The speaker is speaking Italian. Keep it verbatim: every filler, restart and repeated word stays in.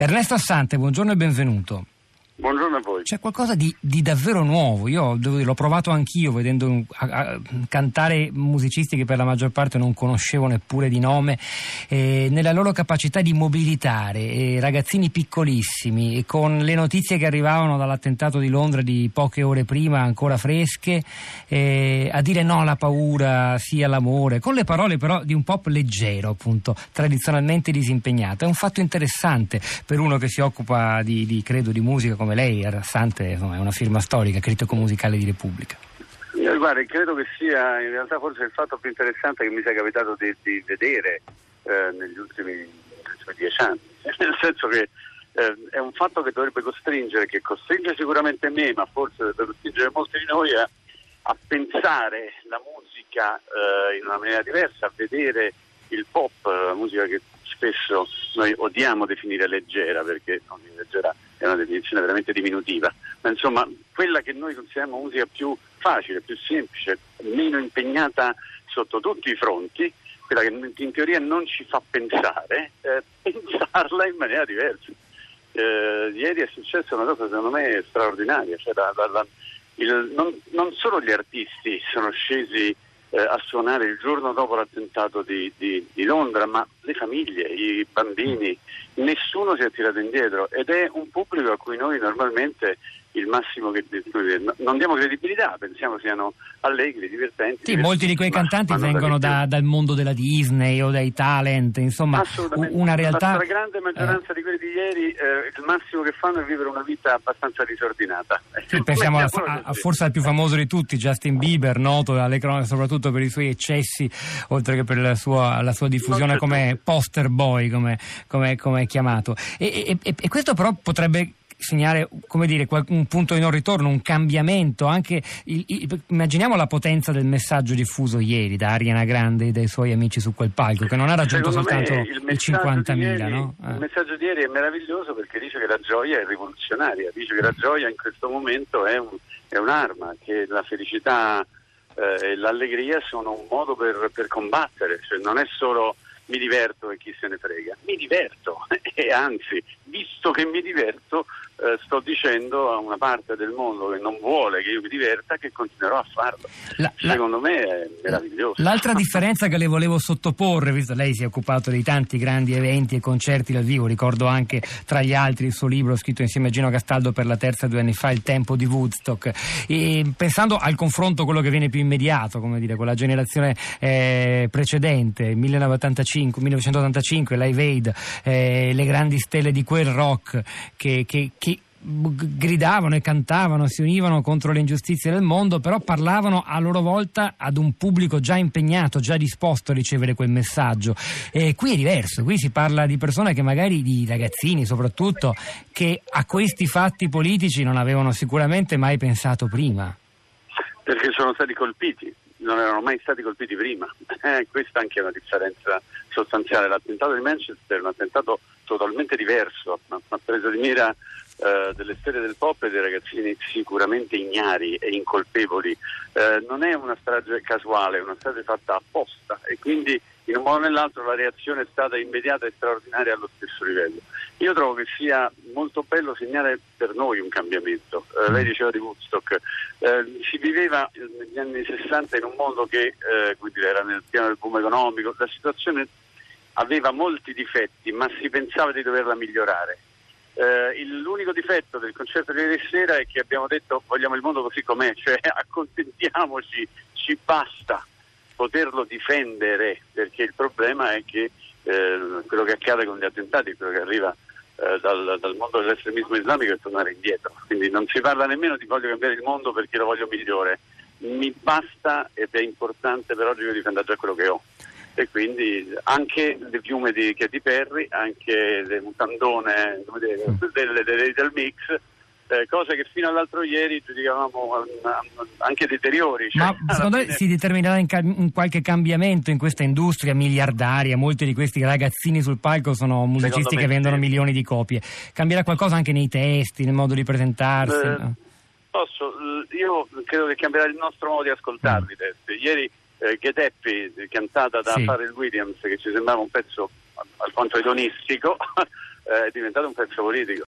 Ernesto Assante, buongiorno e benvenuto. Buongiorno a voi. C'è qualcosa di, di davvero nuovo, io devo dire, l'ho provato anch'io vedendo a, a, cantare musicisti che per la maggior parte non conoscevo neppure di nome, eh, nella loro capacità di mobilitare eh, ragazzini piccolissimi, e con le notizie che arrivavano dall'attentato di Londra di poche ore prima ancora fresche, eh, a dire no alla paura, sì all'amore, con le parole però di un pop leggero, appunto, tradizionalmente disimpegnato. È un fatto interessante per uno che si occupa di, di credo di musica come lei. Assante, insomma, è una firma storica, critico musicale di Repubblica. Io, guarda, credo che sia in realtà forse il fatto più interessante che mi sia capitato di, di vedere eh, negli ultimi, ultimi dieci anni, nel senso che eh, è un fatto che dovrebbe costringere, che costringe sicuramente me, ma forse dovrebbe costringere molti di noi a, a pensare la musica eh, in una maniera diversa, a vedere il pop, la musica che spesso noi odiamo definire leggera, perché non è leggera, è una definizione veramente diminutiva, ma insomma quella che noi consideriamo musica più facile, più semplice, meno impegnata sotto tutti i fronti, quella che in teoria non ci fa pensare, eh, pensarla in maniera diversa. Eh, ieri è successa una cosa secondo me straordinaria, cioè da, da, da, il, non, non solo gli artisti sono scesi eh, a suonare il giorno dopo l'attentato di, di, di Londra, ma le famiglie, i bambini, nessuno si è tirato indietro, ed è un pubblico a cui noi normalmente il massimo che non diamo credibilità, pensiamo siano allegri, divertenti. Sì, molti di quei cantanti vengono da, dal mondo della Disney o dai talent, insomma, una realtà. La stragrande maggioranza eh. di quelli di ieri, eh, il massimo che fanno è vivere una vita abbastanza disordinata. Sì, pensiamo a, a, a forse al più famoso di tutti, Justin Bieber, noto alle cronache soprattutto per i suoi eccessi, oltre che per la sua, la sua diffusione come poster boy, come, come, come è chiamato. E, e, e questo però potrebbe segnare, come dire, un punto di non ritorno, un cambiamento anche. Il, il, immaginiamo la potenza del messaggio diffuso ieri da Ariana Grande e dai suoi amici su quel palco, che non ha raggiunto Secondo soltanto il, il cinquantamila, no? Eh. Il messaggio di ieri è meraviglioso perché dice che la gioia è rivoluzionaria, dice che la gioia in questo momento è, un, è un'arma, che la felicità eh, e l'allegria sono un modo per, per combattere, cioè non è solo mi diverto e chi se ne frega, mi diverto e anzi, visto che mi diverto, eh, sto dicendo a una parte del mondo che non vuole che io mi diverta che continuerò a farlo. La, la, Secondo me è meraviglioso. L'altra differenza che le volevo sottoporre, visto lei si è occupato di tanti grandi eventi e concerti dal vivo, ricordo anche tra gli altri il suo libro scritto insieme a Gino Castaldo per la terza due anni fa, Il tempo di Woodstock, e pensando al confronto, quello che viene più immediato, come dire, con la generazione eh, precedente, millenovecentottantacinque, Live Aid, eh, le grandi stelle di quel rock che, che, che gridavano e cantavano, si univano contro le ingiustizie del mondo, però parlavano a loro volta ad un pubblico già impegnato, già disposto a ricevere quel messaggio. E qui è diverso, qui si parla di persone che magari, di ragazzini soprattutto, che a questi fatti politici non avevano sicuramente mai pensato prima. Perché sono stati colpiti, non erano mai stati colpiti prima. Eh, questa anche è una differenza sostanziale. L'attentato di Manchester è un attentato totalmente diverso, ha preso di mira eh, delle stelle del pop e dei ragazzini sicuramente ignari e incolpevoli. Eh, non è una strage casuale, è una strage fatta apposta, e quindi in un modo o nell'altro la reazione è stata immediata e straordinaria allo stesso livello. Io trovo che sia molto bello segnare per noi un cambiamento. Eh, lei diceva di Woodstock, eh, si viveva negli anni sessanta in un mondo che eh, come dire, era nel piano del boom economico, la situazione aveva molti difetti, ma si pensava di doverla migliorare. Eh, l'unico difetto del concerto di ieri sera è che abbiamo detto vogliamo il mondo così com'è, cioè accontentiamoci, ci basta poterlo difendere, perché il problema è che eh, quello che accade con gli attentati, quello che arriva eh, dal, dal mondo dell'estremismo islamico, è tornare indietro. Quindi non si parla nemmeno di voglio cambiare il mondo perché lo voglio migliore, mi basta ed è importante per oggi che io difenda già quello che ho. E quindi anche le piume di Katy Perry, anche le mutandone, come dire, delle, delle, del mix, eh, cose che fino all'altro ieri giudicavamo anche deteriori. Cioè, ma secondo lei fine... si determinerà in, ca- in qualche cambiamento in questa industria miliardaria? Molti di questi ragazzini sul palco sono musicisti che vendono sì. milioni di copie. Cambierà qualcosa anche nei testi, nel modo di presentarsi? Eh, no? Posso, io credo che cambierà il nostro modo di ascoltarli mm. i testi. Ieri Eh, Get Happy, cantata da sì. Pharrell Williams, che ci sembrava un pezzo alquanto edonistico, eh, è diventato un pezzo politico.